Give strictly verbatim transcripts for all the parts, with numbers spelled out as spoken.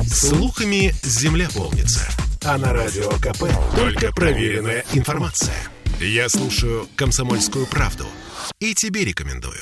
Слухами земля полнится. А на Радио КП только проверенная информация. Я слушаю «Комсомольскую правду» и тебе рекомендую.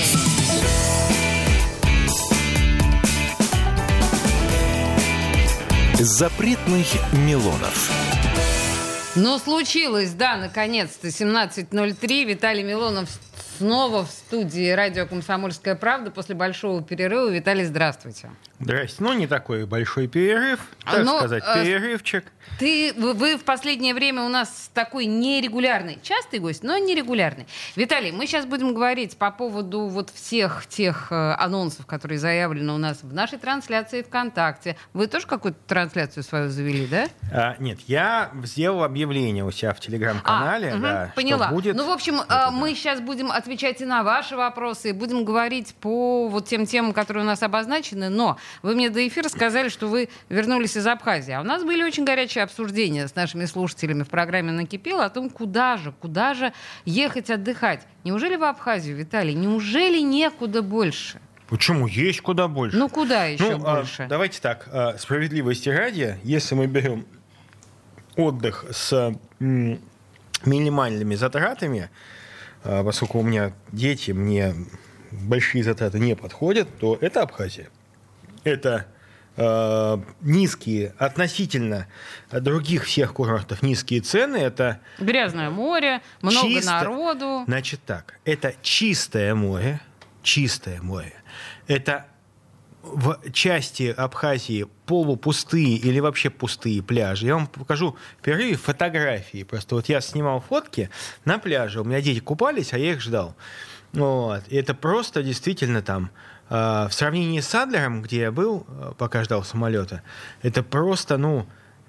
Запретных Милонов. Ну, случилось, да, наконец-то, семнадцать ноль три. Виталий Милонов снова в студии радио «Комсомольская правда» после большого перерыва. Виталий, здравствуйте. Здрасте. Ну, не такой большой перерыв, так Но, сказать, перерывчик. Ты, вы, вы в последнее время у нас такой нерегулярный, частый гость, но нерегулярный. Виталий, мы сейчас будем говорить по поводу вот всех тех э, анонсов, которые заявлены у нас в нашей трансляции ВКонтакте. Вы тоже какую-то трансляцию свою завели, да? А, нет, я сделал объявление у себя в Телеграм-канале. А, да, угу, поняла. Что будет. Ну, в общем, э, мы сейчас будем отвечать и на ваши вопросы, и будем говорить по вот тем темам, которые у нас обозначены, но вы мне до эфира сказали, что вы вернулись из Абхазии. А у нас были очень горячие обсуждения с нашими слушателями в программе «Накипело» о том, куда же, куда же ехать отдыхать. Неужели в Абхазию, Виталий? Неужели некуда больше? Почему? Есть куда больше. Ну, куда еще ну, больше? А, давайте так, а, справедливости ради, если мы берем отдых с м, минимальными затратами, а, поскольку у меня дети, мне большие затраты не подходят, то это Абхазия. Это э, низкие, относительно других всех курортов, низкие цены. Это грязное море, много чисто, народу. Значит так, это чистое море, чистое море. Это в части Абхазии полупустые или вообще пустые пляжи. Я вам покажу в перерыве фотографии. Просто вот я снимал фотки на пляже, у меня дети купались, а я их ждал. Вот. И это просто действительно там... В сравнении с Адлером, где я был, пока ждал самолета, это просто, ну,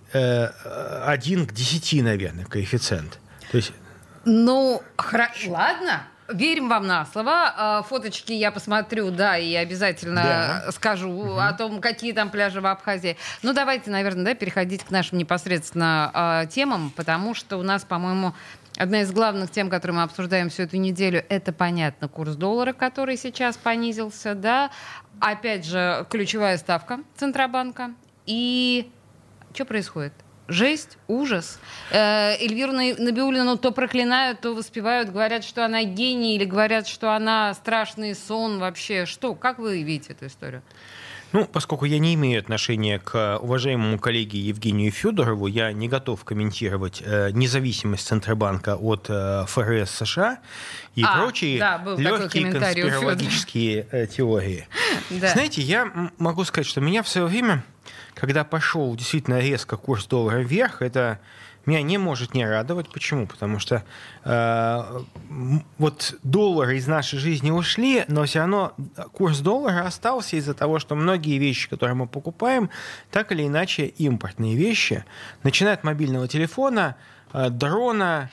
один к десяти, наверное, коэффициент. То есть... Ну, хра... ладно. Верим вам на слово. Фоточки я посмотрю, да, и обязательно да. скажу угу. о том, какие там пляжи в Абхазии. Ну, давайте, наверное, да, переходить к нашим непосредственно э, темам, потому что у нас, по-моему, одна из главных тем, которые мы обсуждаем всю эту неделю, это, понятно, курс доллара, который сейчас понизился, да. Опять же, ключевая ставка Центробанка. И что происходит? Жесть, ужас. Э, Эльвиру Набиуллину то проклинают, то воспевают, говорят, что она гений, или говорят, что она страшный сон вообще. Что? Как вы видите эту историю? Ну, поскольку я не имею отношения к уважаемому коллеге Евгению Федорову, я не готов комментировать э, независимость Центробанка от э, ФРС США и а, прочие да, легкие конспирологические э, теории. Да. Знаете, я могу сказать, что меня в свое время, когда пошел действительно резко курс доллара вверх, это меня не может не радовать. Почему? Потому что э, вот доллары из нашей жизни ушли, но все равно курс доллара остался из-за того, что многие вещи, которые мы покупаем, так или иначе импортные вещи, начиная от мобильного телефона, э, дрона,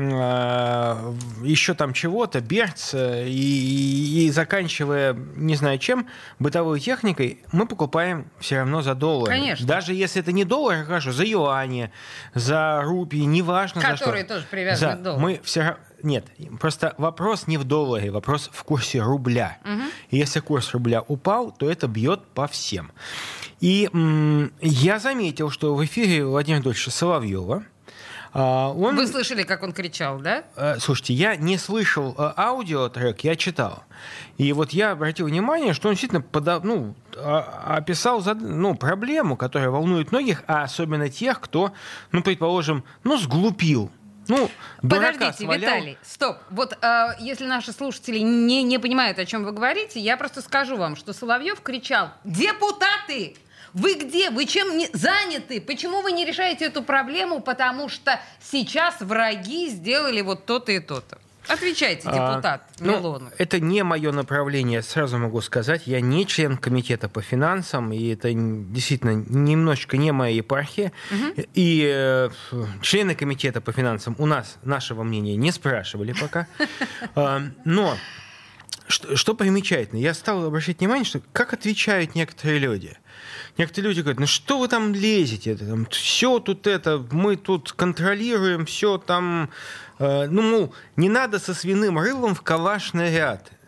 еще там чего-то, берц, и, и, и заканчивая не знаю чем, бытовой техникой, мы покупаем все равно за доллары. Конечно. Даже если это не доллары, хорошо, за юани, за рупии, неважно за что. Которые тоже привязаны к доллару. Мы все... Нет, просто вопрос не в долларе, вопрос в курсе рубля. Угу. И если курс рубля упал, то это бьет по всем. И м- я заметил, что в эфире Владимира Анатольевича Соловьева Он, Вы слышали, как он кричал, да? Слушайте, я не слышал аудиотрек, я читал. И вот я обратил внимание, что он действительно подав, ну, описал ну, проблему, которая волнует многих, а особенно тех, кто, ну, предположим, ну, сглупил. Ну, подождите, Виталий, стоп. Вот э, если наши слушатели не, не понимают, о чем вы говорите, я просто скажу вам, что Соловьев кричал: «Депутаты! Вы где? Вы чем не заняты? Почему вы не решаете эту проблему? Потому что сейчас враги сделали вот то-то и то-то». Отвечайте, депутат а, Милонов. Ну, это не мое направление, сразу могу сказать. Я не член комитета по финансам, и это действительно немножечко не моя епархия. Угу. И э, члены комитета по финансам у нас нашего мнения не спрашивали пока. Но что, что примечательно, я стал обращать внимание, что как отвечают некоторые люди. Некоторые люди говорят: ну что вы там лезете? Там, все тут это, мы тут контролируем, все там... Э, ну, мол, не надо со свиным рылом в калашный ряд.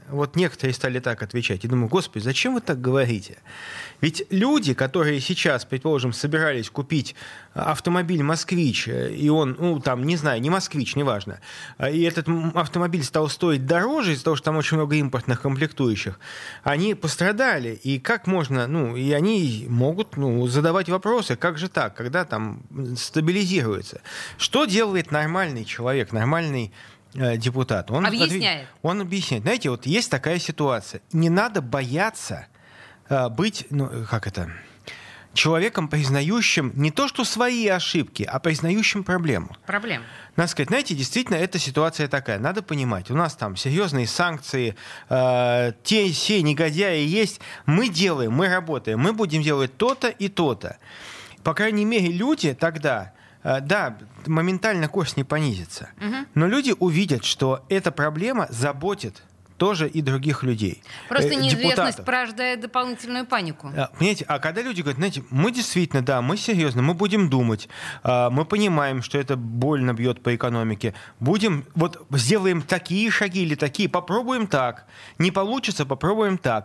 вот некоторые стали так отвечать. Я думаю, господи, зачем вы так говорите? Ведь люди, которые сейчас, предположим, собирались купить автомобиль «Москвич», и он, ну, там, не знаю, не «Москвич», неважно, и этот автомобиль стал стоить дороже из-за того, что там очень много импортных комплектующих, они пострадали. И как можно, ну, и они могут, ну, задавать вопросы, как же так, когда там стабилизируется. Что делает нормальный человек, нормальный депутат? Он объясняет. Он объясняет. Знаете, вот есть такая ситуация. Не надо бояться э, быть, ну, как это, человеком, признающим не то, что свои ошибки, а признающим проблему. Проблема. Надо сказать, знаете, действительно, эта ситуация такая. Надо понимать, у нас там серьезные санкции, э, те, все негодяи есть. Мы делаем, мы работаем, мы будем делать то-то и то-то. По крайней мере, люди тогда... Да, моментально курс не понизится. Угу. Но люди увидят, что эта проблема заботит тоже и других людей. Просто неизвестность депутатов. Порождает дополнительную панику. Понимаете, а когда люди говорят, знаете, мы действительно, да, мы серьезно, мы будем думать, мы понимаем, что это больно бьет по экономике, будем, вот сделаем такие шаги или такие, попробуем так, не получится, попробуем так.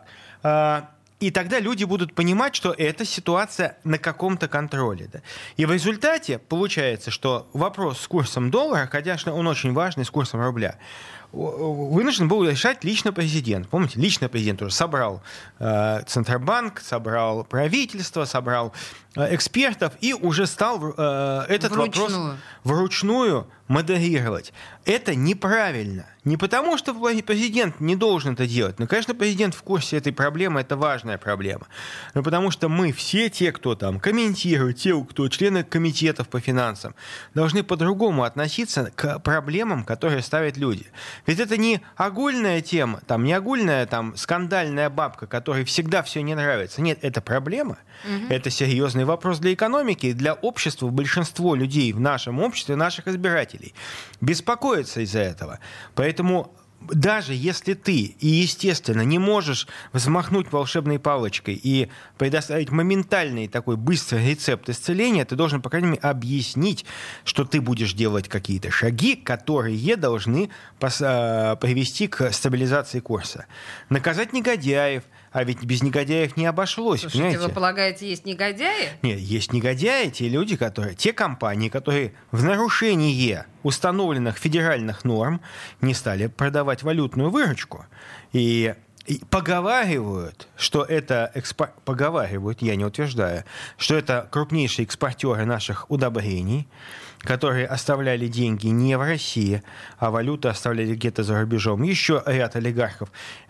И тогда люди будут понимать, что эта ситуация на каком-то контроле. Да? И в результате получается, что вопрос с курсом доллара, конечно, он очень важный, с курсом рубля, вынужден был решать лично президент. Помните, лично президент уже собрал э, Центробанк, собрал правительство, собрал э, экспертов и уже стал э, этот вручную. вопрос вручную модерировать. Это неправильно. Не потому, что президент не должен это делать. Но, конечно, президент в курсе этой проблемы, это важная проблема. Но потому что мы все те, кто там комментирует, те, кто члены комитетов по финансам, должны по-другому относиться к проблемам, которые ставят люди. Ведь это не огульная тема, там, не огульная там, скандальная бабка, которой всегда все не нравится. Нет, это проблема. Угу. Это серьезный вопрос для экономики и для общества. Большинство людей в нашем обществе, наших избирателей, беспокоятся из-за этого. Поэтому даже если ты, и естественно, не можешь взмахнуть волшебной палочкой и предоставить моментальный такой быстрый рецепт исцеления, ты должен, по крайней мере, объяснить, что ты будешь делать какие-то шаги, которые должны привести к стабилизации курса. Наказать негодяев, а ведь без негодяев не обошлось. Слушайте, понимаете? Вы полагаете, есть негодяи? Нет, есть негодяи, те люди, которые, те компании, которые в нарушении установленных федеральных норм не стали продавать валютную выручку. И, и поговаривают, что это экспор... поговаривают, я не утверждаю, что это крупнейшие экспортеры наших удобрений, которые оставляли деньги не в России, а валюту оставляли где-то за рубежом. Еще ряд олигархов.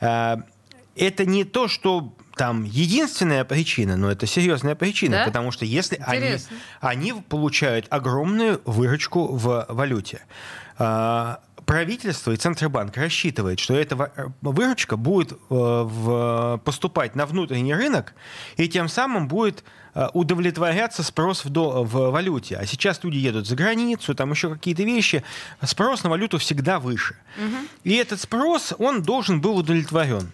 Это не то, что там единственная причина, но это серьезная причина, да? Потому что если они, они получают огромную выручку в валюте, правительство и Центробанк рассчитывают, что эта выручка будет поступать на внутренний рынок, и тем самым будет удовлетворяться спрос в, до, в валюте. А сейчас люди едут за границу, там еще какие-то вещи. Спрос на валюту всегда выше. Угу. И этот спрос, он должен был удовлетворен.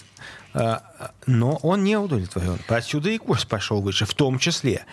Но он не удовлетворен. Отсюда и курс пошел выше, в том числе.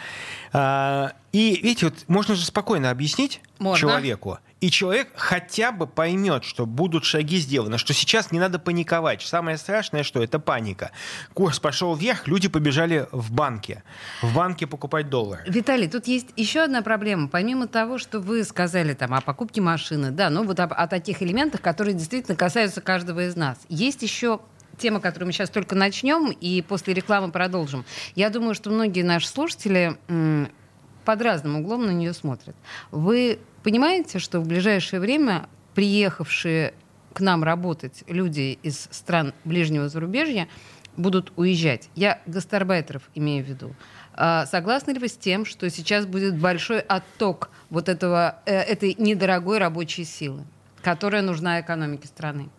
И, видите, вот можно же спокойно объяснить можно. человеку, и человек хотя бы поймет, что будут шаги сделаны, что сейчас не надо паниковать. Самое страшное, что это паника. Курс пошел вверх, люди побежали в банки. В банке покупать доллары. Виталий, тут есть еще одна проблема. Помимо того, что вы сказали там, о покупке машины, да, ну вот о, о таких элементах, которые действительно касаются каждого из нас. Есть еще тема, которую мы сейчас только начнем, и после рекламы продолжим. Я думаю, что многие наши слушатели м, под разным углом на нее смотрят. Вы понимаете, что в ближайшее время приехавшие к нам работать люди из стран ближнего зарубежья будут уезжать? Я гастарбайтеров имею в виду. А согласны ли вы с тем, что сейчас будет большой отток вот этого, э, этой недорогой рабочей силы, которая нужна экономике страны?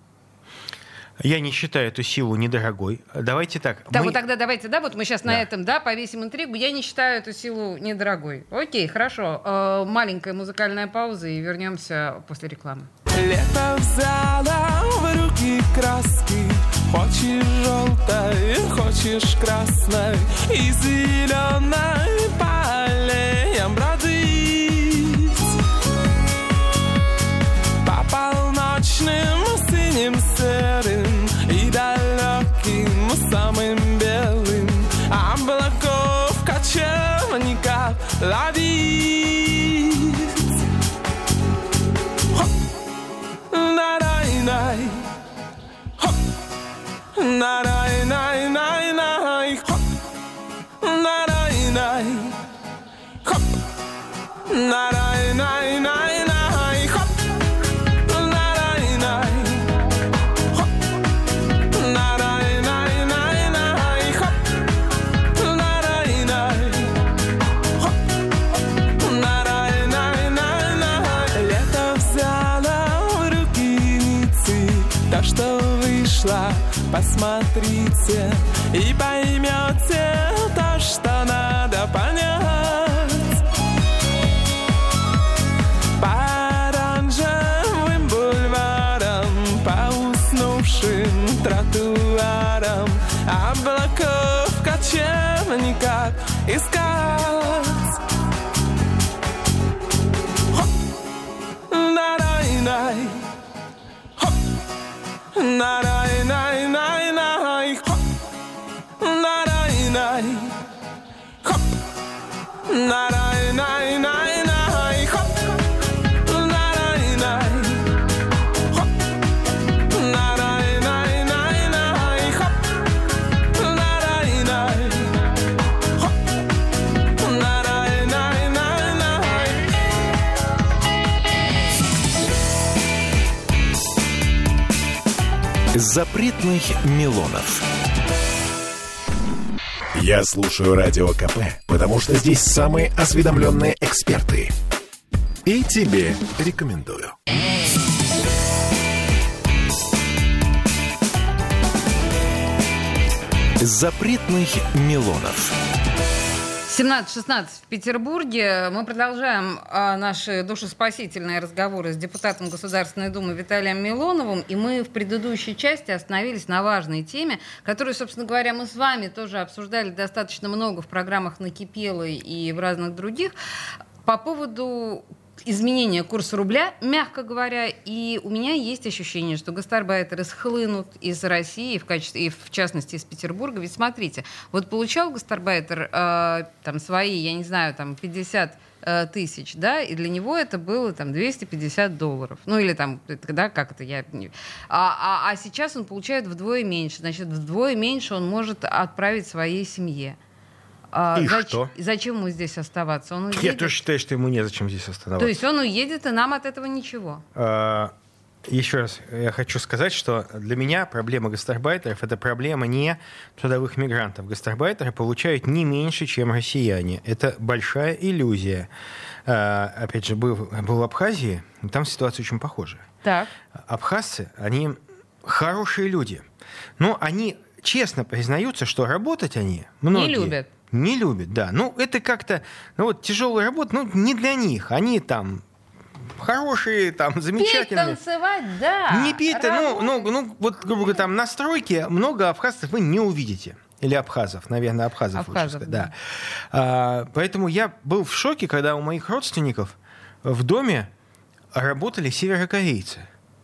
Я не считаю эту силу недорогой. Давайте так. Да, мы... вот тогда давайте, да, вот мы сейчас да. на этом, да, повесим интригу. Я не считаю эту силу недорогой. Окей, хорошо. Э, маленькая музыкальная пауза и вернемся после рекламы. Лето взяла в руки краски. Хочешь желтой, хочешь красной и зеленой полеем бродить. По полночным синим серым и далеким темника ловить. На-рай-най, на-рай-най-най-най, на-рай-най, на-рай-най-най-най, на-рай-най, на-рай-най-най-най, на-рай-най, на-рай-най-най. Лето взяло в руки Ниццы, то, что вышло, посмотрите и поймете то, что надо понять. По оранжевым бульварам, по уснувшим тротуарам, облаков в кочевниках искать. На-рай-най, на-рай-най-най-най, на-рай-най, на-рай-най-най-най, на-рай-най, на-рай-най-най-най, на-рай-най, на-рай-най-най-най. Запретных Милонов. Я слушаю Радио КП, потому что здесь самые осведомленные эксперты. И тебе рекомендую. Запретных Милонов. семнадцать шестнадцать в Петербурге. Мы продолжаем а, наши душеспасительные разговоры с депутатом Государственной Думы Виталием Милоновым. И мы в предыдущей части остановились на важной теме, которую, собственно говоря, мы с вами тоже обсуждали достаточно много в программах «Накипело» и в разных других, по поводу изменения курса рубля, мягко говоря, и у меня есть ощущение, что гастарбайтеры схлынут из России, в качестве, и в частности из Петербурга. Ведь смотрите, вот получал гастарбайтер э, там свои, я не знаю, там пятьдесят э, тысяч, да, и для него это было там двести пятьдесят долларов. Ну или там, да, как это, я... А, а, а сейчас он получает вдвое меньше, значит, вдвое меньше он может отправить своей семье. А, и зач... что? Зачем ему здесь оставаться? Он уедет... Я тоже считаю, что ему незачем здесь оставаться. То есть он уедет, и нам от этого ничего? А, еще раз, я хочу сказать, что для меня проблема гастарбайтеров — это проблема не трудовых мигрантов. Гастарбайтеры получают не меньше, чем россияне. Это большая иллюзия. А, опять же, был, был в Абхазии, там ситуация очень похожая. Так. Абхазцы, они хорошие люди. Но они честно признаются, что работать они многие... Не любят. Не любят, да. Ну, это как-то... Ну, вот тяжелая работа, ну, не для них. Они там хорошие, там, замечательные. Петь, танцевать, да. Не петь, ну, ну, ну, вот, грубо говоря, там на стройке много абхазцев вы не увидите. Или абхазов, наверное, абхазов. Абхазов, лучше, да. А, поэтому я был в шоке, когда у моих родственников в доме работали северокорейцы.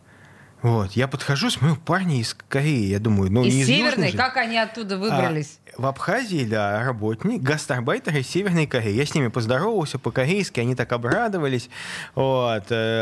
Вот, я подхожу, смотрю, парни из Кореи, я думаю, ну, из не из Северной, Южной как они оттуда выбрались? А, в Абхазии, да, работник, гастарбайтеры из Северной Кореи. Я с ними поздоровался по-корейски, они так обрадовались, вот,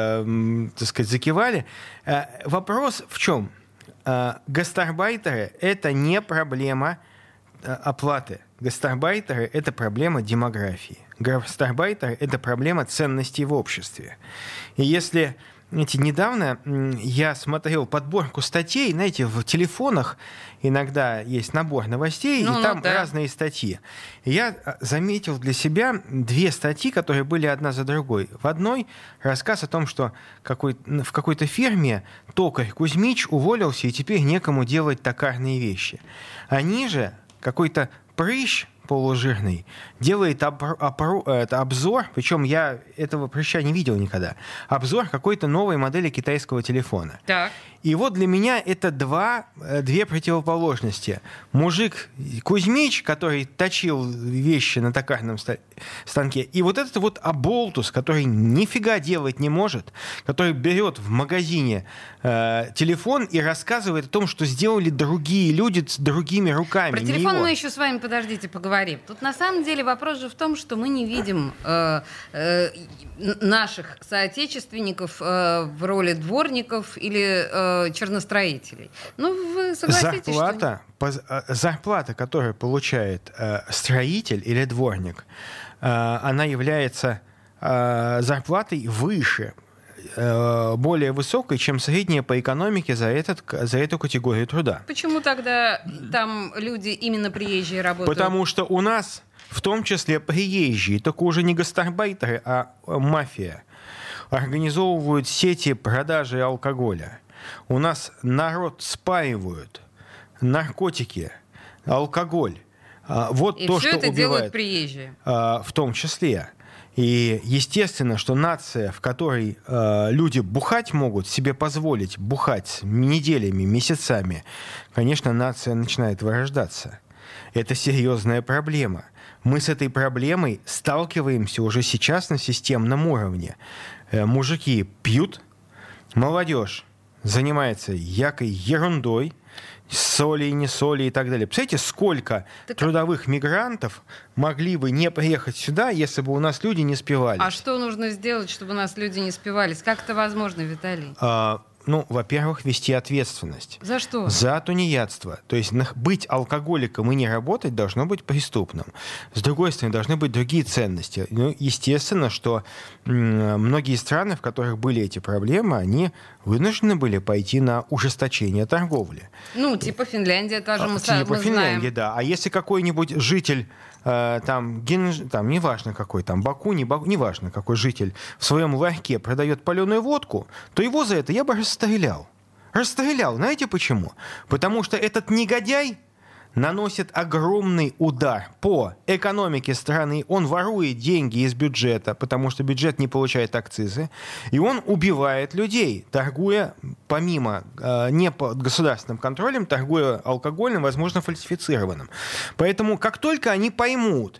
э, так сказать, закивали. Э, вопрос в чем? Э, гастарбайтеры — это не проблема э, оплаты. Гастарбайтеры — это проблема демографии. Гастарбайтеры — это проблема ценностей в обществе. И если... Знаете, недавно я смотрел подборку статей, знаете, в телефонах иногда есть набор новостей, ну, и там ну, да. разные статьи. И я заметил для себя две статьи, которые были одна за другой. В одной рассказ о том, что какой, в какой-то фирме токарь Кузьмич уволился, и теперь некому делать токарные вещи. А ниже какой-то прыщ полужирный делает обр- обр- это обзор, причем я этого прыща не видел никогда, обзор какой-то новой модели китайского телефона. Так. И вот для меня это два, две противоположности. Мужик Кузьмич, который точил вещи на токарном станке, и вот этот вот оболтус, который нифига делать не может, который берет в магазине э, телефон и рассказывает о том, что сделали другие люди с другими руками. Про телефон мы еще с вами подождите, поговорим. Тут на самом деле вопрос же в том, что мы не видим э, э, наших соотечественников э, в роли дворников или э, черностроителей. Ну, вы согласитесь, зарплата, что... по, зарплата, которую получает э, строитель или дворник, э, она является э, зарплатой выше, более высокой, чем средняя по экономике за, этот, за эту категорию труда. Почему тогда там люди именно приезжие работают? Потому что у нас в том числе приезжие, только уже не гастарбайтеры, а мафия, организовывают сети продажи алкоголя. У нас народ спаивают наркотики, алкоголь. Вот и то, все что это убивает, делают приезжие. В том числе. И естественно, что нация, в которой э, люди бухать могут, себе позволить бухать неделями, месяцами, конечно, нация начинает вырождаться. Это серьезная проблема. Мы с этой проблемой сталкиваемся уже сейчас на системном уровне. Э, мужики пьют, молодежь занимается якой ерундой, соли, не соли и так далее. Представляете, сколько так... трудовых мигрантов могли бы не приехать сюда, если бы у нас люди не спивались? А что нужно сделать, чтобы у нас люди не спивались? Как это возможно, Виталий? А, ну, во-первых, вести ответственность. За что? За тунеядство. То есть быть алкоголиком и не работать должно быть преступным. С другой стороны, должны быть другие ценности. Ну, естественно, что м- многие страны, в которых были эти проблемы, они вынуждены были пойти на ужесточение торговли. Ну, типа Финляндия тоже мы, типа мы Финляндия, знаем. да. А если какой-нибудь житель э, там, ген... там, неважно какой, там, Баку, не Баку, неважно какой житель, в своем ларьке продает паленую водку, то его за это я бы расстрелял. Расстрелял. Знаете почему? Потому что этот негодяй наносит огромный удар по экономике страны. Он ворует деньги из бюджета, потому что бюджет не получает акцизы. И он убивает людей, торгуя, помимо, э, не под государственным контролем, торгуя алкоголем, возможно, фальсифицированным. Поэтому как только они поймут,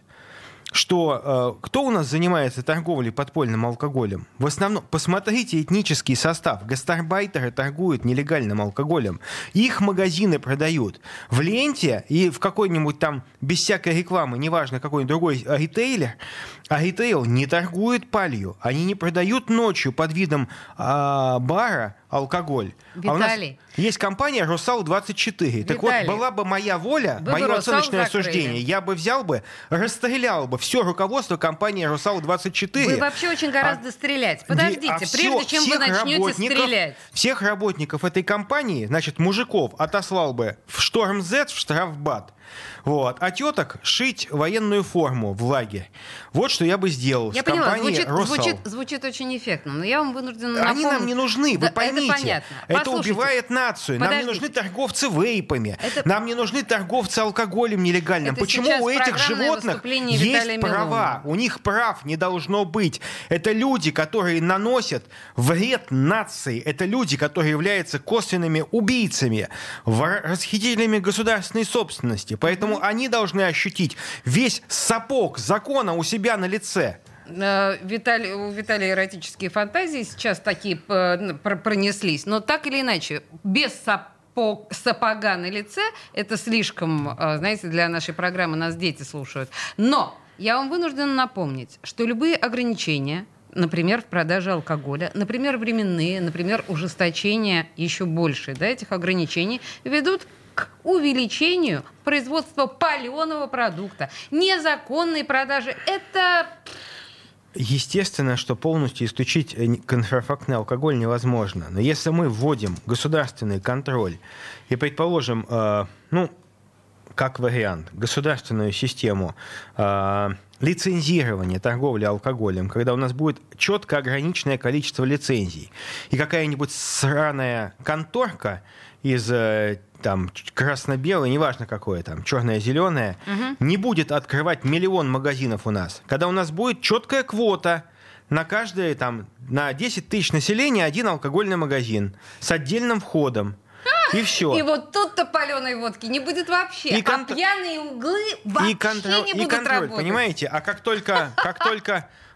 что э, кто у нас занимается торговлей подпольным алкоголем? В основном, посмотрите этнический состав. Гастарбайтеры торгуют нелегальным алкоголем. Их магазины продают в ленте и в какой-нибудь там, без всякой рекламы, неважно, какой-нибудь другой ритейлер. А ритейл не торгует палью. Они не продают ночью под видом э, бара алкоголь. Виталий. А у нас есть компания «Русал двадцать четыре». Виталий. Так вот, была бы моя воля, Вы мое бы оценочное закрыли. суждение, я бы взял бы, расстрелял бы все руководство компании «Русал двадцать четыре». Вы вообще очень гораздо а, стрелять. Подождите, а прежде все, чем вы начнете стрелять. Всех работников этой компании, значит, мужиков отослал бы в Шторм-Зет, в штрафбат. Вот. А теток шить военную форму в лагерь. Вот что я бы сделал я с поняла, компанией звучит, «Русал». Звучит, звучит очень эффектно, но я вам вынуждена напомнить... Они нам не нужны, вы да, поймите. Это понятно. Это Послушайте. убивает нацию. Подождите. Нам не нужны торговцы вейпами. Это... Нам не нужны торговцы алкоголем нелегальным. Это Почему у этих животных есть Виталия права? У них прав не должно быть. Это люди, которые наносят вред нации. Это люди, которые являются косвенными убийцами, расхитителями государственной собственности. Поэтому mm-hmm. они должны ощутить весь сапог закона у себя на лице. Виталий, у Виталия эротические фантазии сейчас такие пронеслись, но так или иначе, без сапог, сапога на лице, это слишком, знаете, для нашей программы нас дети слушают. Но я вам вынуждена напомнить, что любые ограничения, например, в продаже алкоголя, например, временные, например, ужесточение еще больше, да, этих ограничений ведут к увеличению производства паленого продукта. Незаконные продажи — это... Естественно, что полностью исключить контрафактный алкоголь невозможно. Но если мы вводим государственный контроль и, предположим, э, ну, как вариант, государственную систему э, лицензирования торговли алкоголем, когда у нас будет четко ограниченное количество лицензий, и какая-нибудь сраная конторка из там красно-белое, неважно какое там, черное-зеленое, угу. не будет открывать миллион магазинов у нас. Когда у нас будет четкая квота на каждое, там, на десять тысяч населения один алкогольный магазин с отдельным входом. И все. И вот тут-то паленой водки не будет вообще. И контр... А пьяные углы вообще и контроль, не будут и контроль, работать. Понимаете? А как только, как только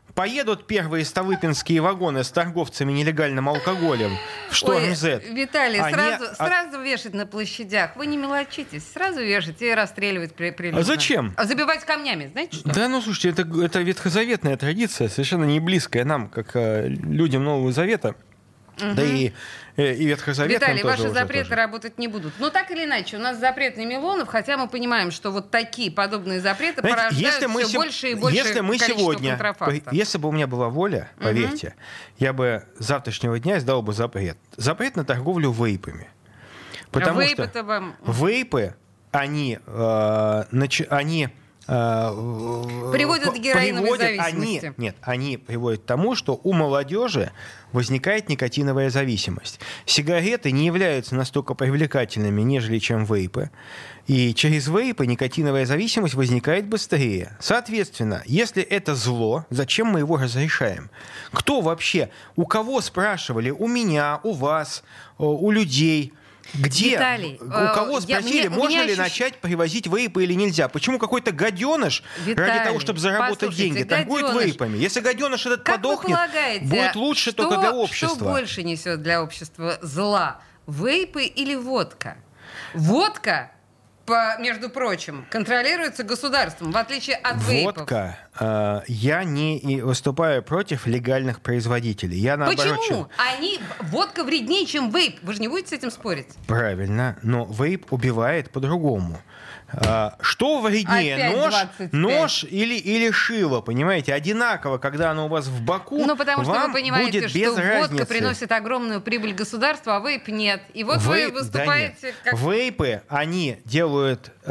Поедут первые столыпинские вагоны с торговцами нелегальным алкоголем в Шторм-Зет. Виталий, Они... сразу, сразу вешать на площадях. Вы не мелочитесь. Сразу вешать и расстреливать при, прилюдно. А зачем? А забивать камнями, знаете что? Да, ну, слушайте, это, это ветхозаветная традиция, совершенно не близкая нам, как э, людям Нового Завета. Угу. Да и, э, и ветхозаветным Виталий, тоже ваши уже запреты тоже. работать не будут. Но так или иначе, у нас запрет на Милонов, хотя мы понимаем, что вот такие подобные запреты Знаете, порождают если мы все се... больше и больше если мы количество сегодня, контрафакта. Если бы у меня была воля, поверьте, угу. я бы с завтрашнего дня издал бы запрет. Запрет на торговлю вейпами. Потому Вейпы что вам... вейпы, они... Э, нач... они приводят к героиновой зависимости. Они, нет, они приводят к тому, что у молодежи возникает никотиновая зависимость. Сигареты не являются настолько привлекательными, нежели чем вейпы. И через вейпы никотиновая зависимость возникает быстрее. Соответственно, если это зло, зачем мы его разрешаем? Кто вообще, у кого спрашивали? У меня, у вас, у людей... Где? Виталий, у кого спросили, я, мне, можно ли ощущ... начать привозить вейпы или нельзя? Почему какой-то гаденыш Виталий, ради того, чтобы заработать деньги, торгует вейпами? Если гаденыш этот как подохнет, будет лучше что, только для общества. Что больше несет для общества зла? Вейпы или водка? Водка, по, между прочим, контролируется государством, в отличие от вейпов. Водка. Э, я не выступаю против легальных производителей. Я наоборот, почему? Чем... Они, водка вреднее, чем вейп. Вы же не будете с этим спорить? Правильно, но вейп убивает по-другому. А, что вреднее, нож, нож или, или шило, понимаете? Одинаково, когда оно у вас в боку, ну, потому что вам вы понимаете, будет что без водка разницы. приносит огромную прибыль государству, а вейп нет. И вот Вейп, вы выступаете да как... Вейпы, они делают... Э,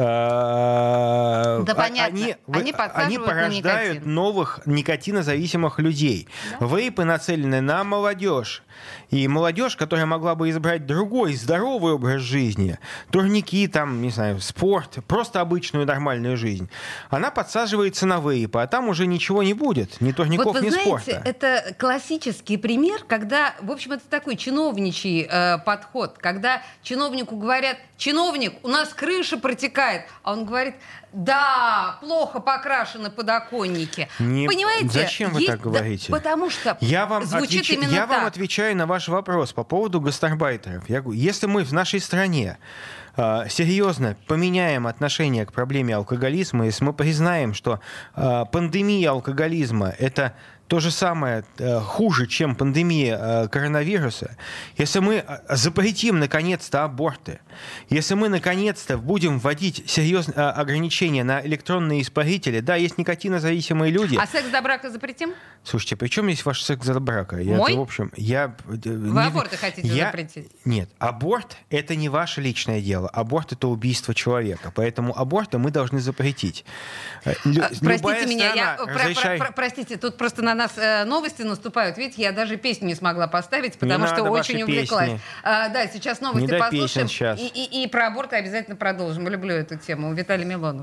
да, понятно. Они, они, они порождают на новых никотинозависимых людей. Да? Вейпы нацелены на молодежь. И молодежь, которая могла бы избрать другой, здоровый образ жизни, турники, там, не знаю, спорт, просто обычную нормальную жизнь, она подсаживается на вейпы, а там уже ничего не будет, ни турников, вот вы ни знаете, спорта. Это классический пример, когда, в общем, это такой чиновничий э, подход, когда чиновнику говорят: чиновник, у нас крыша протекает, а он говорит: да, плохо покрашены подоконники. Не... Понимаете? Зачем вы есть... так говорите? Да, потому что я вам звучит отвеч... именно Я так. вам отвечаю на ваш вопрос по поводу гастарбайтеров. Я говорю, если мы в нашей стране э, серьезно поменяем отношение к проблеме алкоголизма, если мы признаем, что э, пандемия алкоголизма — это то же самое, э, хуже, чем пандемия э, коронавируса, если мы запретим наконец-то аборты, если мы наконец-то будем вводить серьезные э, ограничения на электронные испарители, да, есть никотинозависимые люди. А секс до брака запретим? Слушайте, при чем здесь ваш секс до брака? Я, Мой? Это, в общем, я... Вы не, аборты хотите я, запретить? Нет, аборт — это не ваше личное дело. Аборт — это убийство человека. Поэтому аборты мы должны запретить. Лю, простите меня, я, разрешай... про, про, простите, тут просто на нас э, новости наступают. Видите, я даже песню не смогла поставить, потому не что очень увлеклась. А, да, сейчас новости не послушаем. Сейчас. И, и, и про аборты обязательно продолжим. Люблю эту тему. Виталий Милонов.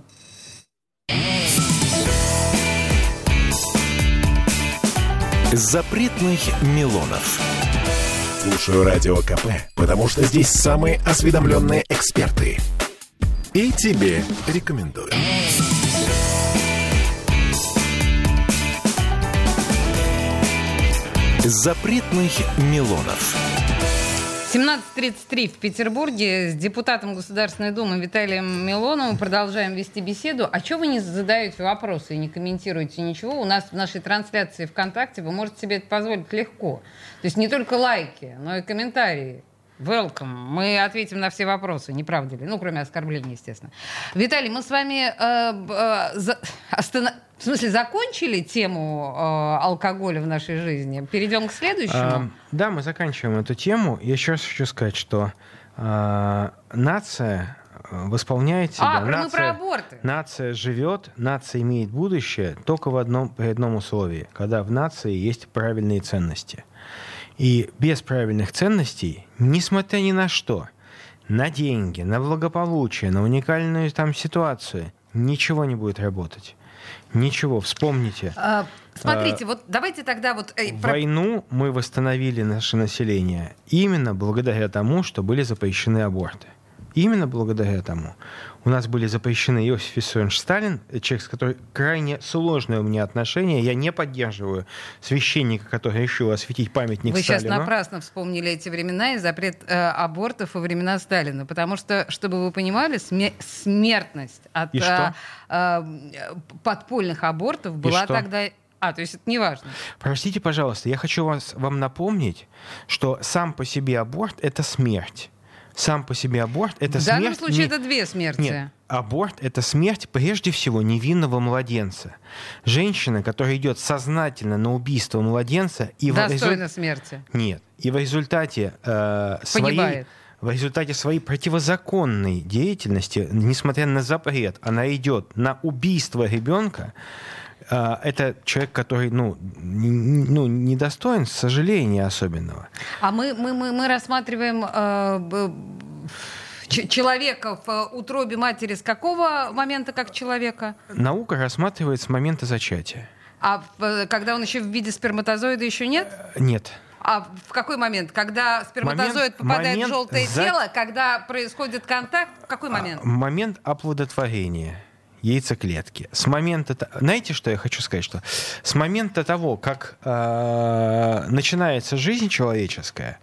Запретных Милонов. Слушаю Радио КП, потому что здесь самые осведомленные эксперты. И тебе рекомендую. Запретных Милонов. семнадцать тридцать три в Петербурге. С депутатом Государственной Думы Виталием Милоновым продолжаем вести беседу. А что вы не задаете вопросы и не комментируете ничего? У нас в нашей трансляции ВКонтакте вы можете себе это позволить легко. То есть не только лайки, но и комментарии. Welcome. Мы ответим на все вопросы, не правда ли? Ну, кроме оскорблений, естественно. Виталий, мы с вами э, э, за, останов... в смысле, закончили тему э, алкоголя в нашей жизни. Перейдем к следующему. А, да, мы заканчиваем эту тему. Я еще раз хочу сказать, что э, нация восполняет себя. А, нация, мы про аборты. Нация живет, нация имеет будущее только в одном, при одном условии, когда в нации есть правильные ценности. И без правильных ценностей, несмотря ни на что, на деньги, на благополучие, на уникальную там ситуацию, ничего не будет работать. Ничего, вспомните. А, смотрите, а, вот давайте тогда вот... Эй, войну про... мы восстановили наше население именно благодаря тому, что были запрещены аборты. именно благодаря тому у нас были запрещены Иосиф Виссарионович Сталин, человек, с которым крайне сложное у меня отношение. Я не поддерживаю священника, который решил осветить памятник Вы Сталину. Вы сейчас напрасно вспомнили эти времена и запрет э, абортов во времена Сталина. Потому что, чтобы вы понимали, сме- смертность от э, э, подпольных абортов была тогда... А, то есть это не важно. Простите, пожалуйста, я хочу вас, вам напомнить, что сам по себе аборт — это смерть. Сам по себе аборт — это смерть. В смерть... данном случае не... это две смерти. Нет, аборт — это смерть прежде всего невинного младенца. Женщина, которая идет сознательно на убийство младенца... И достойна резу... смерти. Нет. И в результате э, своей... В результате своей противозаконной деятельности, несмотря на запрет, она идет на убийство ребенка. Это человек, который, ну, ну, недостоин сожаления особенного. А мы, мы, мы, мы рассматриваем э, ч- человека в утробе матери с какого момента как человека? Наука рассматривает с момента зачатия. А в, когда он еще в виде сперматозоида, еще нет? Нет. А в какой момент? Когда сперматозоид момент, попадает момент в желтое за... тело, когда происходит контакт, в какой момент? А, момент оплодотворения яйцеклетки. С момента... Знаете, что я хочу сказать? Что с момента того, как э, начинается жизнь человеческая,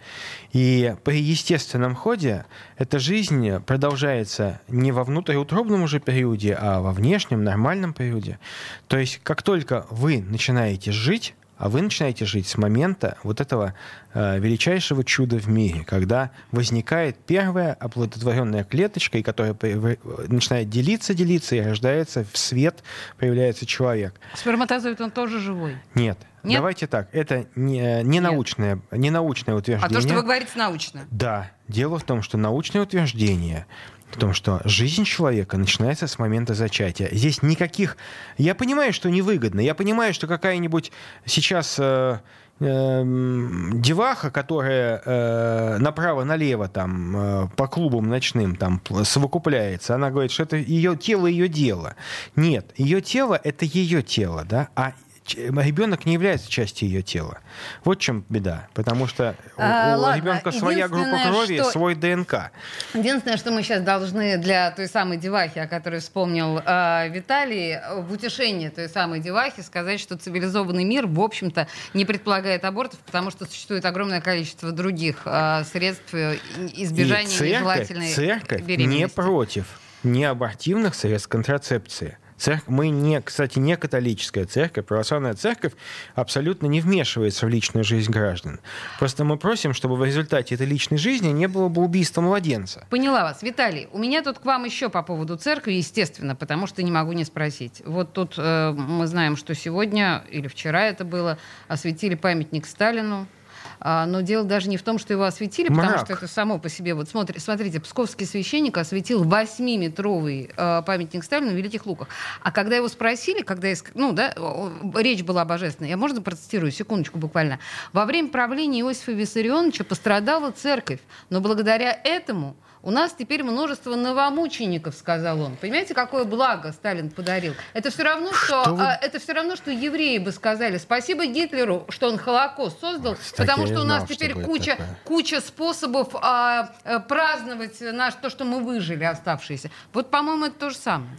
и при естественном ходе эта жизнь продолжается не во внутриутробном уже периоде, а во внешнем, нормальном периоде. То есть, как только вы начинаете жить, а вы начинаете жить с момента вот этого э, величайшего чуда в мире, когда возникает первая оплодотворенная клеточка, и которая при, начинает делиться, делиться, и рождается в свет, появляется человек. Сперматозоид, он тоже живой? Нет. Нет? Давайте так, это не, не, научное, не научное утверждение. А то, что вы говорите, научно? Да. Дело в том, что научное утверждение в том, что жизнь человека начинается с момента зачатия. Здесь никаких... Я понимаю, что невыгодно. Я понимаю, что какая-нибудь сейчас э, э, деваха, которая э, направо-налево там, э, по клубам ночным там, совокупляется, она говорит, что это ее тело, ее дело. Нет, ее тело — это ее тело, да, а ребенок не является частью ее тела. Вот в чем беда. Потому что а, у ладно. ребенка своя группа крови, что... свой ДНК. Единственное, что мы сейчас должны для той самой девахи, о которой вспомнил э, Виталий, в утешение той самой девахи сказать, что цивилизованный мир, в общем-то, не предполагает абортов, потому что существует огромное количество других э, средств избежания церковь, нежелательной церковь беременности. Не против неабортивных средств контрацепции. Церковь, мы, не, кстати, не католическая церковь, православная церковь абсолютно не вмешивается в личную жизнь граждан. Просто мы просим, чтобы в результате этой личной жизни не было бы убийства младенца. Поняла вас. Виталий, у меня тут к вам еще по поводу церкви, естественно, потому что не могу не спросить. Вот тут э, мы знаем, что сегодня, или вчера это было, осветили памятник Сталину. Но дело даже не в том, что его осветили, Мрак. потому что это само по себе... Вот смотри, смотрите, псковский священник осветил восьмиметровый э, памятник Сталину в Великих Луках. А когда его спросили, когда иск... ну, да, речь была божественная, я, можно, процитирую, секундочку буквально. Во время правления Иосифа Виссарионовича пострадала церковь, но благодаря этому у нас теперь множество новомучеников, сказал он. Понимаете, какое благо Сталин подарил? Это все равно, что, что а, это все равно, что евреи бы сказали спасибо Гитлеру, что он Холокост создал, вот, потому что у нас знал, теперь куча, куча способов а, а, праздновать наш, то, что мы выжили, оставшиеся. Вот, по-моему, это то же самое.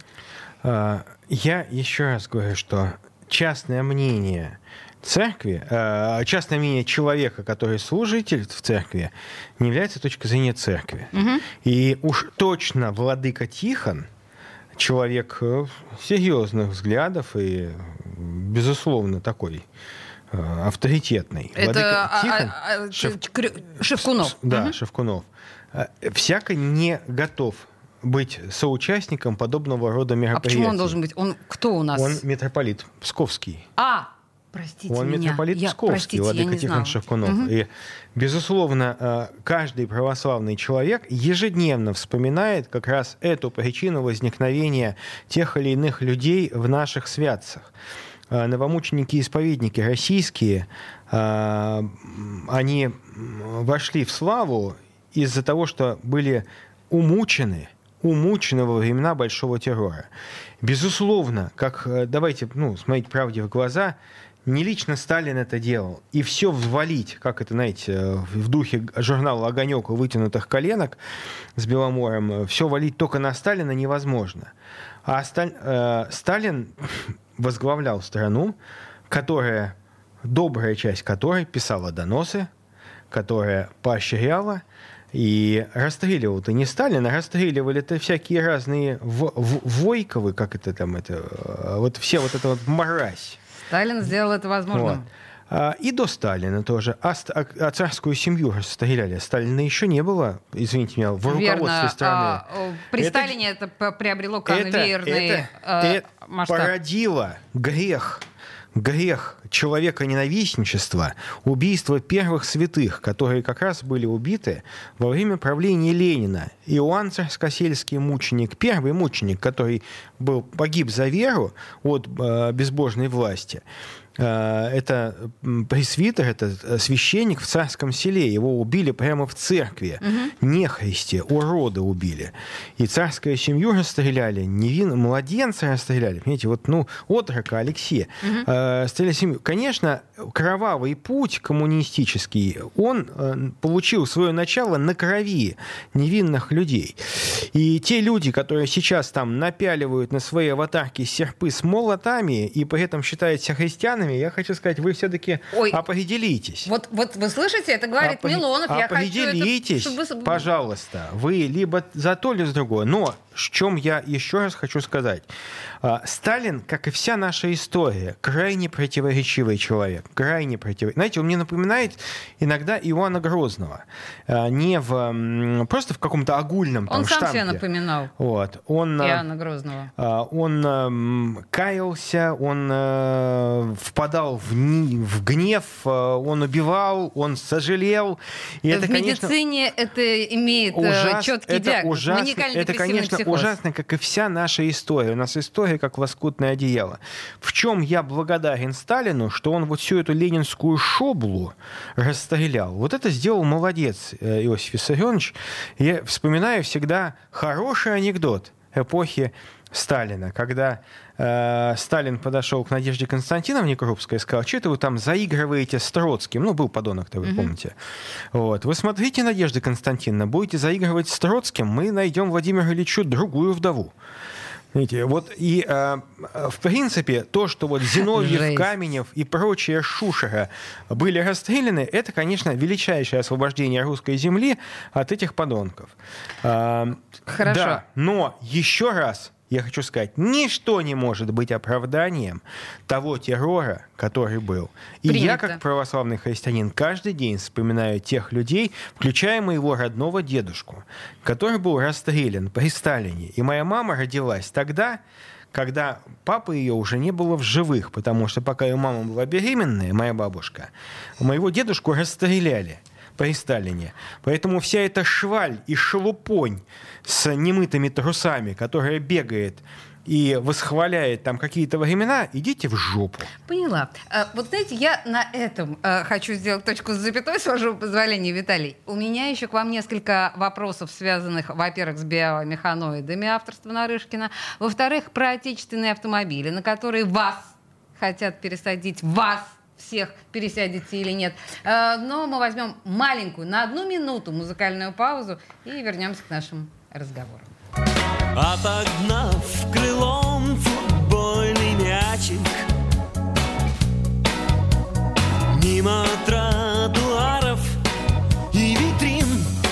Я еще раз говорю, что частное мнение церкви, частное мнение человека, который служитель в церкви, не является точкой зрения церкви. Угу. И уж точно владыка Тихон, человек серьезных взглядов и, безусловно, такой авторитетный. Это владыка Тихон, а, а, Шев... Шевкунов. Да, угу. Шевкунов. Всяко не готов быть соучастником подобного рода мероприятий. А почему он должен быть? Он кто у нас? Он митрополит Псковский. А, простите Он меня. митрополит я, Псковский, владыка Тихон Шевкунов. Угу. И, безусловно, каждый православный человек ежедневно вспоминает как раз эту причину возникновения тех или иных людей в наших святцах. Новомученики-исповедники российские, они вошли в славу из-за того, что были умучены, умучены во времена Большого террора. Безусловно, как, давайте, ну, смотреть правде в глаза, не лично Сталин это делал, и все взвалить, как это, знаете, в духе журнала «Огонек» у вытянутых коленок с Беломором, все валить только на Сталина невозможно. А Сталь, э, Сталин возглавлял страну, которая, добрая часть которой писала доносы, которая поощряла и расстреливал-то не Сталин, а расстреливали-то всякие разные в, в, Войковы, как это там, это, вот все вот это вот мразь. Сталин сделал это возможным. Вот. И до Сталина тоже. А, а царскую семью расстреляли. Сталина еще не было, извините меня, в руководстве Верно. страны. А, при это, Сталине это приобрело конвейерный это, э, это масштаб. породило грех. Грех человека-ненавистничества, убийство первых святых, которые как раз были убиты во время правления Ленина. Иоанн Царскосельский мученик, первый мученик, который был, погиб за веру от э, безбожной власти. Это пресвитер, это священник в Царском Селе. Его убили прямо в церкви. Угу. Нехристи, уроды убили. И царскую семью расстреляли, невинно, младенца расстреляли. Понимаете, вот, ну, отрока Алексея. Угу. Э, стреляли семью. Конечно, кровавый путь коммунистический, он э, получил свое начало на крови невинных людей. И те люди, которые сейчас там напяливают на свои аватарки серпы с молотами и при этом считают себя христианами, я хочу сказать, вы все-таки Ой, определитесь. Вот, вот вы слышите, это говорит Опри... Милонов. Я определитесь, хочу это, чтобы... пожалуйста. Вы либо за то, либо за другое. Но в чем я еще раз хочу сказать. Сталин, как и вся наша история, крайне противоречивый человек. Крайне противоречивый. Знаете, он мне напоминает иногда Иоанна Грозного. Не в, просто в каком-то огульном там, он сам штампе. себя напоминал. Вот. Он, Иоанна Грозного. Он каялся, он впадал в, в гнев, он убивал, он сожалел. И в это, медицине конечно, это имеет ужас, четкий это диагноз. Ужасно, это, конечно, психоз. Ужасно, как и вся наша история. У нас история как лоскутное одеяло. В чем я благодарен Сталину, что он вот всю эту ленинскую шоблу расстрелял. Вот это сделал молодец Иосиф Виссарионович. Я вспоминаю всегда хороший анекдот эпохи Сталина, когда э, Сталин подошел к Надежде Константиновне Крупской и сказал: что это вы там заигрываете с Троцким? Ну, был подонок-то, вы mm-hmm. помните. Вот. Вы смотрите, Надежда Константиновна, будете заигрывать с Троцким, мы найдем Владимиру Ильичу другую вдову. Видите, вот и э, в принципе то, что вот Зиновьев, Каменев и прочая шушера были расстреляны, это, конечно, величайшее освобождение русской земли от этих подонков. Э, Хорошо. Да, но еще раз я хочу сказать, ничто не может быть оправданием того террора, который был. И Принято. Я, как православный христианин, каждый день вспоминаю тех людей, включая моего родного дедушку, который был расстрелян при Сталине. И моя мама родилась тогда, когда папы ее уже не было в живых, потому что пока ее мама была беременная, моя бабушка, моего дедушку расстреляли при Сталине. Поэтому вся эта шваль и шелупонь с немытыми трусами, которая бегает и восхваляет там какие-то времена, идите в жопу. Поняла. Вот знаете, я на этом хочу сделать точку с запятой, с вашего позволения, Виталий. У меня еще к вам несколько вопросов, связанных, во-первых, с биомеханоидами авторства Нарышкина, во-вторых, про отечественные автомобили, на которые вас хотят пересадить, вас всех пересядете или нет. Но мы возьмем маленькую, на одну минуту музыкальную паузу и вернемся к нашему разговору. Отогнав крылом футбольный мячик, мимо тротуаров и витрин,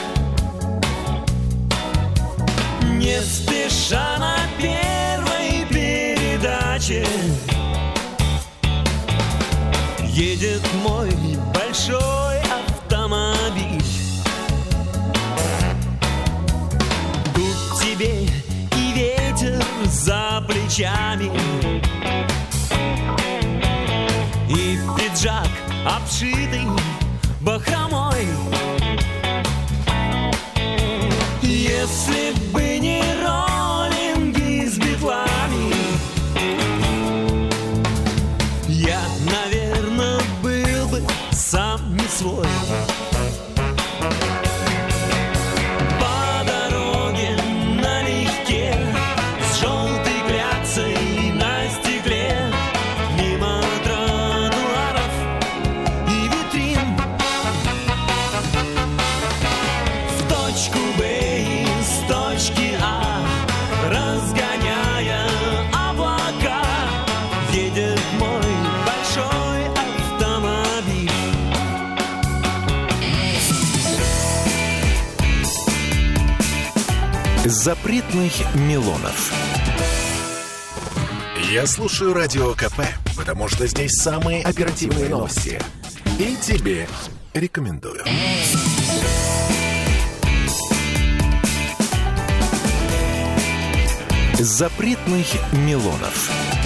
не спеша на первой передаче едет мой большой автомобиль. Тут тебе и ветер за плечами, и пиджак, обшитый бахромой. Если бы не роллинги с битлами, я, наверное, был бы сам не свой. По дороге налегке, с желтой кляксой на стекле, мимо тротуаров Запретных Милонов. Я слушаю Радио КП, потому что здесь самые оперативные новости. И тебе рекомендую. Запретных Милонов.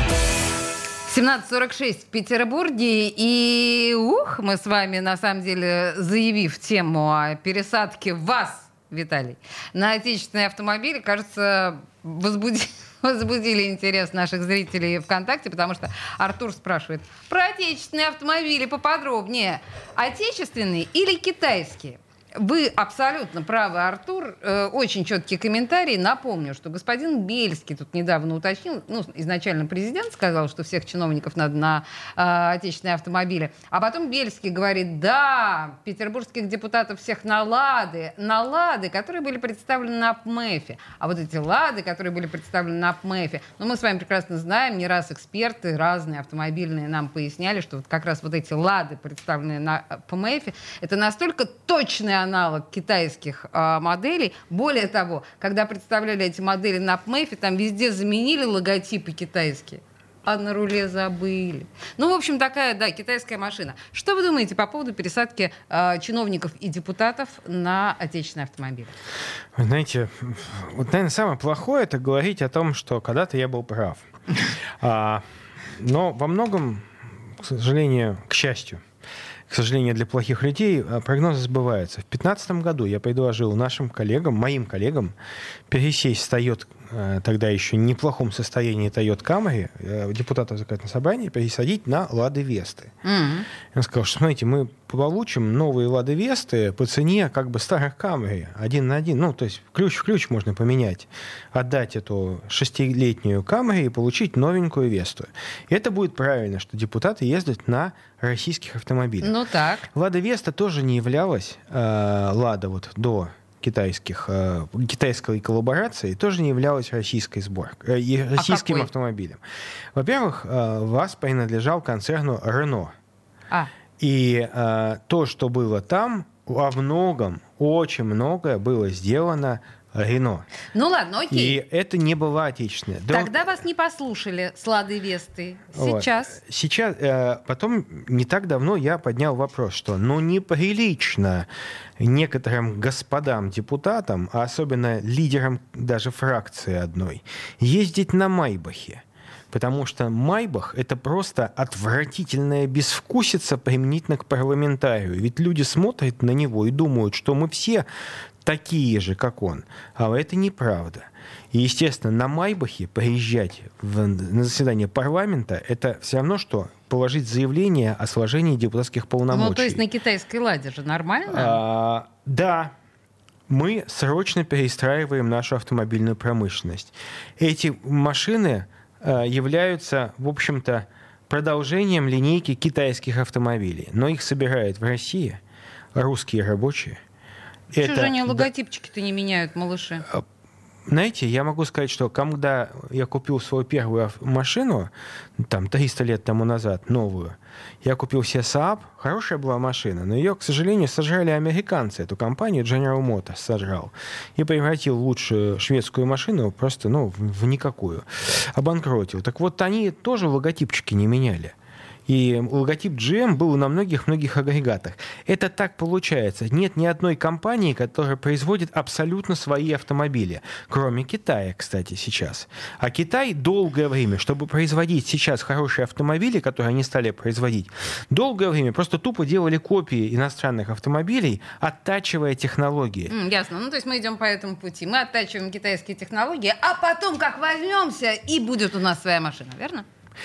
семнадцать сорок шесть в Петербурге, и ух, мы с вами, на самом деле, заявив тему о пересадке вас, Виталий, на отечественные автомобили, кажется, возбудили, возбудили интерес наших зрителей ВКонтакте, потому что Артур спрашивает про отечественные автомобили поподробнее. Отечественные или китайские? Вы абсолютно правы, Артур. Э, очень четкий комментарий. Напомню, что господин Бельский тут недавно уточнил, ну, изначально президент сказал, что всех чиновников надо на э, отечественные автомобили. А потом Бельский говорит, да, петербургских депутатов всех на «Лады», на «Лады», которые были представлены на ПМЭФе. А вот эти «Лады», которые были представлены на ПМЭФе, ну, мы с вами прекрасно знаем, не раз эксперты разные автомобильные нам поясняли, что вот как раз вот эти «Лады», представленные на ПМЭФе, это настолько точные аналог китайских э, моделей. Более того, когда представляли эти модели на ПМЭФе, там везде заменили логотипы китайские, а на руле забыли. Ну, в общем, такая, да, китайская машина. Что вы думаете по поводу пересадки э, чиновников и депутатов на отечественные автомобили? Вы знаете, вот, наверное, самое плохое — это говорить о том, что когда-то я был прав. А, но во многом, к сожалению, к счастью, к сожалению, для плохих людей прогнозы сбываются. В две тысячи пятнадцатом году я предложил нашим коллегам, моим коллегам, пересесть с Toyota, тогда еще в неплохом состоянии Toyota Camry, депутатов законодательного собрания, пересадить на Лады Весты. Mm-hmm. Он сказал, что, смотрите, мы получим новые Лады Весты по цене как бы старых Camry, один на один. Ну, то есть ключ в ключ можно поменять, отдать эту шестилетнюю Camry и получить новенькую Весту. И это будет правильно, что депутаты ездят на российских автомобилях. Ну так. Лада Веста тоже не являлась, э, Лада вот до китайских, э, китайской коллаборации, тоже не являлась российской сборкой, э, российским а автомобилем. Во-первых, э, ВАЗ принадлежал концерну Renault. А. И э, то, что было там, во многом, очень многое было сделано Renault. Ну ладно, окей. И это не была отечественная. Тогда вас не послушали с Лады Весты. Сейчас. Вот. Сейчас. Э, потом, не так давно я поднял вопрос, что ну неприлично некоторым господам депутатам, а особенно лидерам даже фракции одной, ездить на Майбахе. Потому что Майбах — это просто отвратительная безвкусица применительно к парламентарию. Ведь люди смотрят на него и думают, что мы все такие же, как он. А это неправда. И, естественно, на Майбахе приезжать в, на заседание парламента — это все равно, что положить заявление о сложении депутатских полномочий. Ну, то есть на китайской «Ладе» же нормально? А, да. Мы срочно перестраиваем нашу автомобильную промышленность. Эти машины являются, в общем-то, продолжением линейки китайских автомобилей. Но их собирают в России русские рабочие. Что Это... же они логотипчики-то не меняют, малыши? Знаете, я могу сказать, что когда я купил свою первую машину, там, триста лет тому назад, новую, я купил себе Saab, хорошая была машина, но ее, к сожалению, сожрали американцы, эту компанию General Motors сожрал, и превратил лучшую шведскую машину просто, ну, в никакую, обанкротил. Так вот, они тоже логотипчики не меняли. И логотип джи эм был на многих-многих агрегатах. Это так получается. Нет ни одной компании, которая производит абсолютно свои автомобили. Кроме Китая, кстати, сейчас. А Китай долгое время, чтобы производить сейчас хорошие автомобили, которые они стали производить, долгое время просто тупо делали копии иностранных автомобилей, оттачивая технологии. Mm, ясно. Ну, то есть мы идем по этому пути. Мы оттачиваем китайские технологии, а потом как возьмемся, и будет у нас своя машина, верно?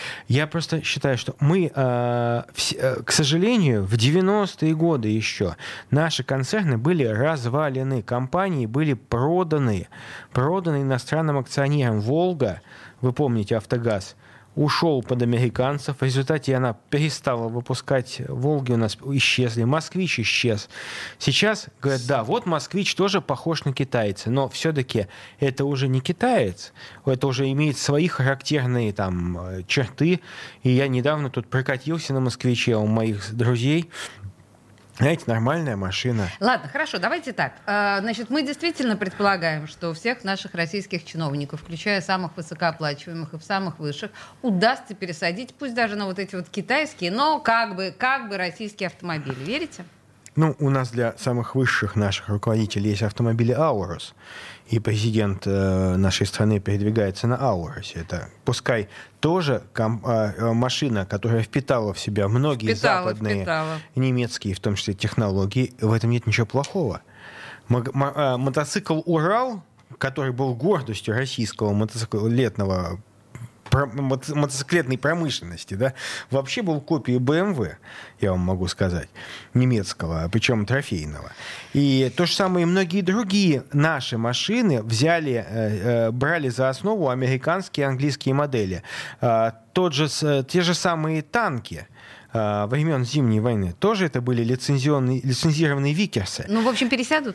Я просто считаю, что мы, э, вс- э, к сожалению, в девяностые годы еще наши концерны были развалены, компании были проданы, проданы иностранным акционерам. «Волга», вы помните, «Автогаз», ушел под американцев. В результате она перестала выпускать. «Волги» у нас исчезли. «Москвич» исчез. Сейчас говорят, да, вот «Москвич» тоже похож на китайца, но все-таки это уже не китаец. Это уже имеет свои характерные там черты. И я недавно тут прокатился на «Москвиче» у моих друзей. Знаете, нормальная машина. Ладно, хорошо, давайте так. Значит, мы действительно предполагаем, что у всех наших российских чиновников, включая самых высокооплачиваемых и самых высших, удастся пересадить, пусть даже на вот эти вот китайские, но как бы, как бы российские автомобили. Верите? Ну, у нас для самых высших наших руководителей есть автомобили «Аурус». И президент э, нашей страны передвигается на «Аурусе». Это, пускай, тоже ком- э, машина, которая впитала в себя многие впитала, западные, впитала. немецкие, в том числе, технологии. В этом нет ничего плохого. Мо- мо- э, мотоцикл «Урал», который был гордостью российского мотоциклетного мотоциклетной промышленности, да, вообще был копией бэ эм вэ, я вам могу сказать, немецкого, причем трофейного. И то же самое и многие другие наши машины взяли, э, брали за основу американские и английские модели. Э, тот же, те же самые танки э, времен Зимней войны, тоже это были лицензионные, лицензированные «Викерсы». Ну, в общем, пересядут?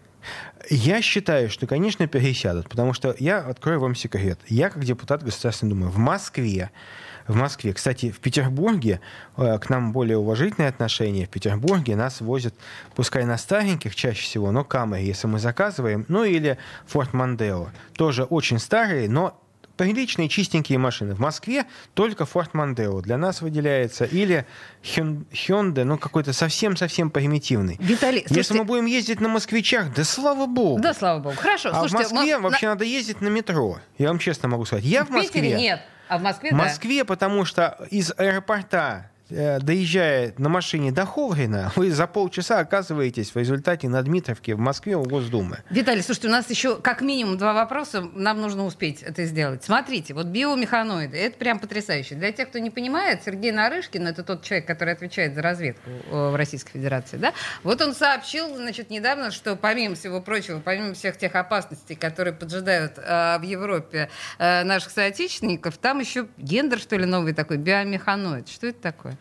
Я считаю, что, конечно, пересядут, потому что я открою вам секрет. Я, как депутат Государственной Думы, в Москве, в Москве, кстати, в Петербурге э, к нам более уважительное отношение. В Петербурге нас возят, пускай на стареньких чаще всего, но Камри, если мы заказываем, ну или Форд Мондео. Тоже очень старые, но приличные, чистенькие машины. В Москве только Ford Mondeo для нас выделяется. Или Hyundai, ну какой-то совсем-совсем примитивный. Виталий, Если слушайте... мы будем ездить на москвичах, да слава богу. Да, слава богу. Хорошо, а слушайте... в Москве мы... вообще надо ездить на метро. Я вам честно могу сказать. Я в, в Москве... Москве... нет, а в Москве, В Москве, да. Потому что из аэропорта, доезжая на машине до Ховрина, вы за полчаса оказываетесь в результате на Дмитровке в Москве у Госдумы. Виталий, слушайте, у нас еще как минимум два вопроса, нам нужно успеть это сделать. Смотрите, вот биомеханоиды, это прям потрясающе. Для тех, кто не понимает, Сергей Нарышкин, это тот человек, который отвечает за разведку в Российской Федерации, да? Вот он сообщил, значит, недавно, что помимо всего прочего, помимо всех тех опасностей, которые поджидают э, в Европе э, наших соотечественников, там еще гендер, что ли, новый такой, биомеханоид. Что это такое?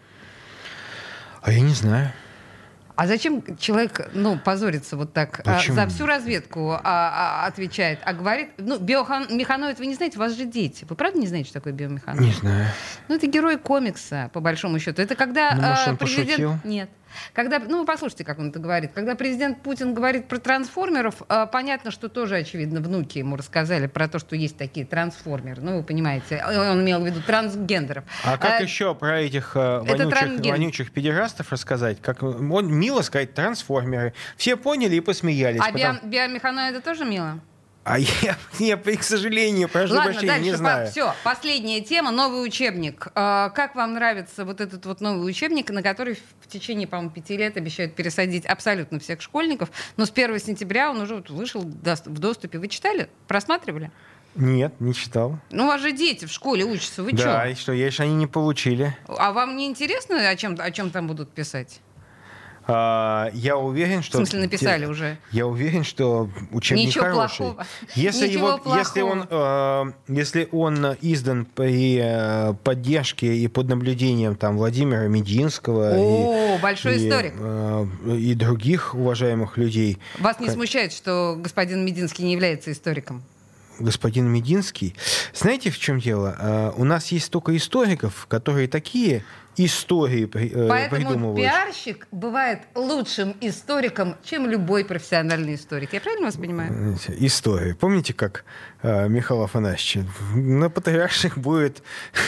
А я не знаю. А зачем человек, ну, позорится вот так, а, за всю разведку а, а, отвечает, а говорит, ну, биомеханоид, вы не знаете, у вас же дети. Вы правда не знаете, что такое биомеханоид? Не знаю. Ну, это герой комикса, по большому счету. Это когда ну, может, он а, президент... пошутил? Нет. Когда, ну, вы послушайте, как он это говорит. Когда президент Путин говорит про трансформеров, э, понятно, что тоже, очевидно, внуки ему рассказали про то, что есть такие трансформеры. Ну, вы понимаете, он имел в виду трансгендеров. А как а, еще про этих э, вонючих, вонючих педерастов рассказать? Как он мило сказать трансформеры. Все поняли и посмеялись. А потом... био- биомеханоиды тоже мило? А я, я, к сожалению, прошу Ладно, прощения, дальше, не знаю. По, все, последняя тема, новый учебник. А, как вам нравится вот этот вот новый учебник, на который в течение, по-моему, пяти лет обещают пересадить абсолютно всех школьников, но с первого сентября он уже вот вышел в доступе. Вы читали? Просматривали? Нет, не читал. Ну, у вас же дети в школе учатся, вы что? Да, и что, я еще они не получили. А вам не интересно, о чем, о чем там будут писать? А, я уверен, что... В смысле, написали те, уже? Я уверен, что учебник Ничего хороший. Плохого. Если, Ничего его, плохого. если, он, э, если он издан при э, поддержке и под наблюдением там, Владимира Мединского О, и, большой и, историк. Э, и других уважаемых людей... Вас не смущает, что господин Мединский не является историком? Господин Мединский. Знаете, в чем дело? Uh, у нас есть столько историков, которые такие истории uh, Поэтому придумывают. пиарщик бывает лучшим историком, чем любой профессиональный историк. Я правильно вас понимаю? Истории. Помните, как uh, Михаил Афанасьевич? На патриарших будет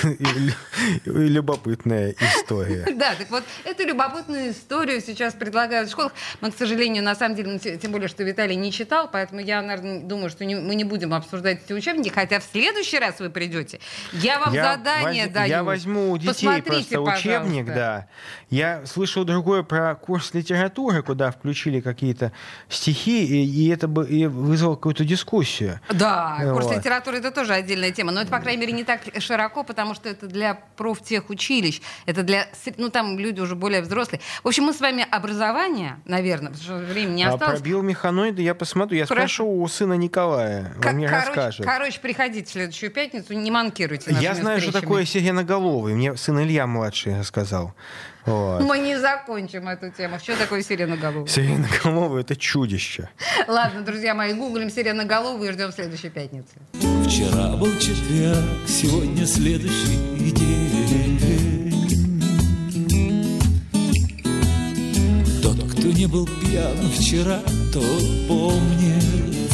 любопытная история. Да, так вот, эту любопытную историю сейчас предлагают в школах. Мы, к сожалению, на самом деле, тем более, что Виталий не читал, поэтому я, наверное, думаю, что не, мы не будем обсуждать эти учебники, хотя в следующий раз вы придете. Я вам я задание воз... даю. Я возьму у детей Посмотрите, просто учебник, пожалуйста. Да. Я слышал другое про курс литературы, куда включили какие-то стихи, и, и это бы и вызвало какую-то дискуссию. Да, вот. Курс литературы — это тоже отдельная тема, но это, по крайней мере, не так широко, потому что это для профтехучилищ, это для, ну, там люди уже более взрослые. В общем, мы с вами образование, наверное, потому что времени не осталось. А про биомеханоиды я посмотрю, я Хорошо. спрошу у сына Николая, он К- мне короче, расскажет. Короче, приходите в следующую пятницу, не манкируйте нашими Я знаю, что встречами. такое сиреноголовый, мне сын Илья младший рассказал. Вот. Мы не закончим эту тему. Что такое сиреноголовый? Сиреноголовый — это чудище. Ладно, друзья мои, гуглим сиреноголовый и ждем следующей пятницы. Вчера был четверг, сегодня следующий день. Тот, не был пьян вчера, тот помнит,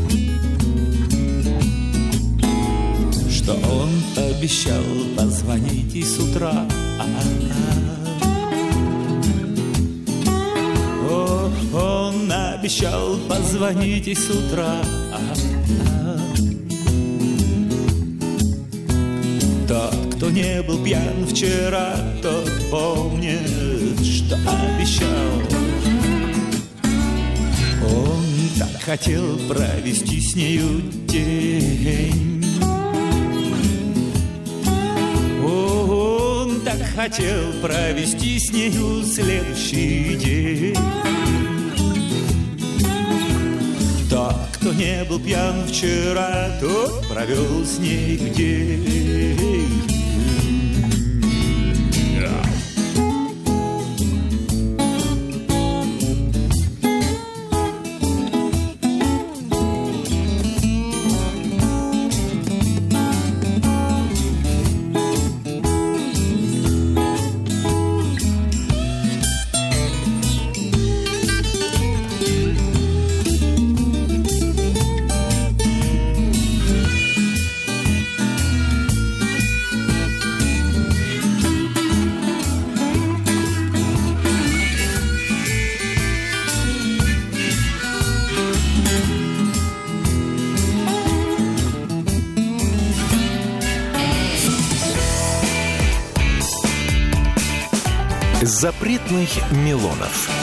что он обещал позвонить и с утра. О, он обещал позвонить и с утра. Тот, кто не был пьян вчера, тот помнит, что обещал. Он так хотел провести с нею день. Он так хотел провести с нею следующий день. Тот, кто не был пьян вчера, тот провел с ней день. Запретных Милонов.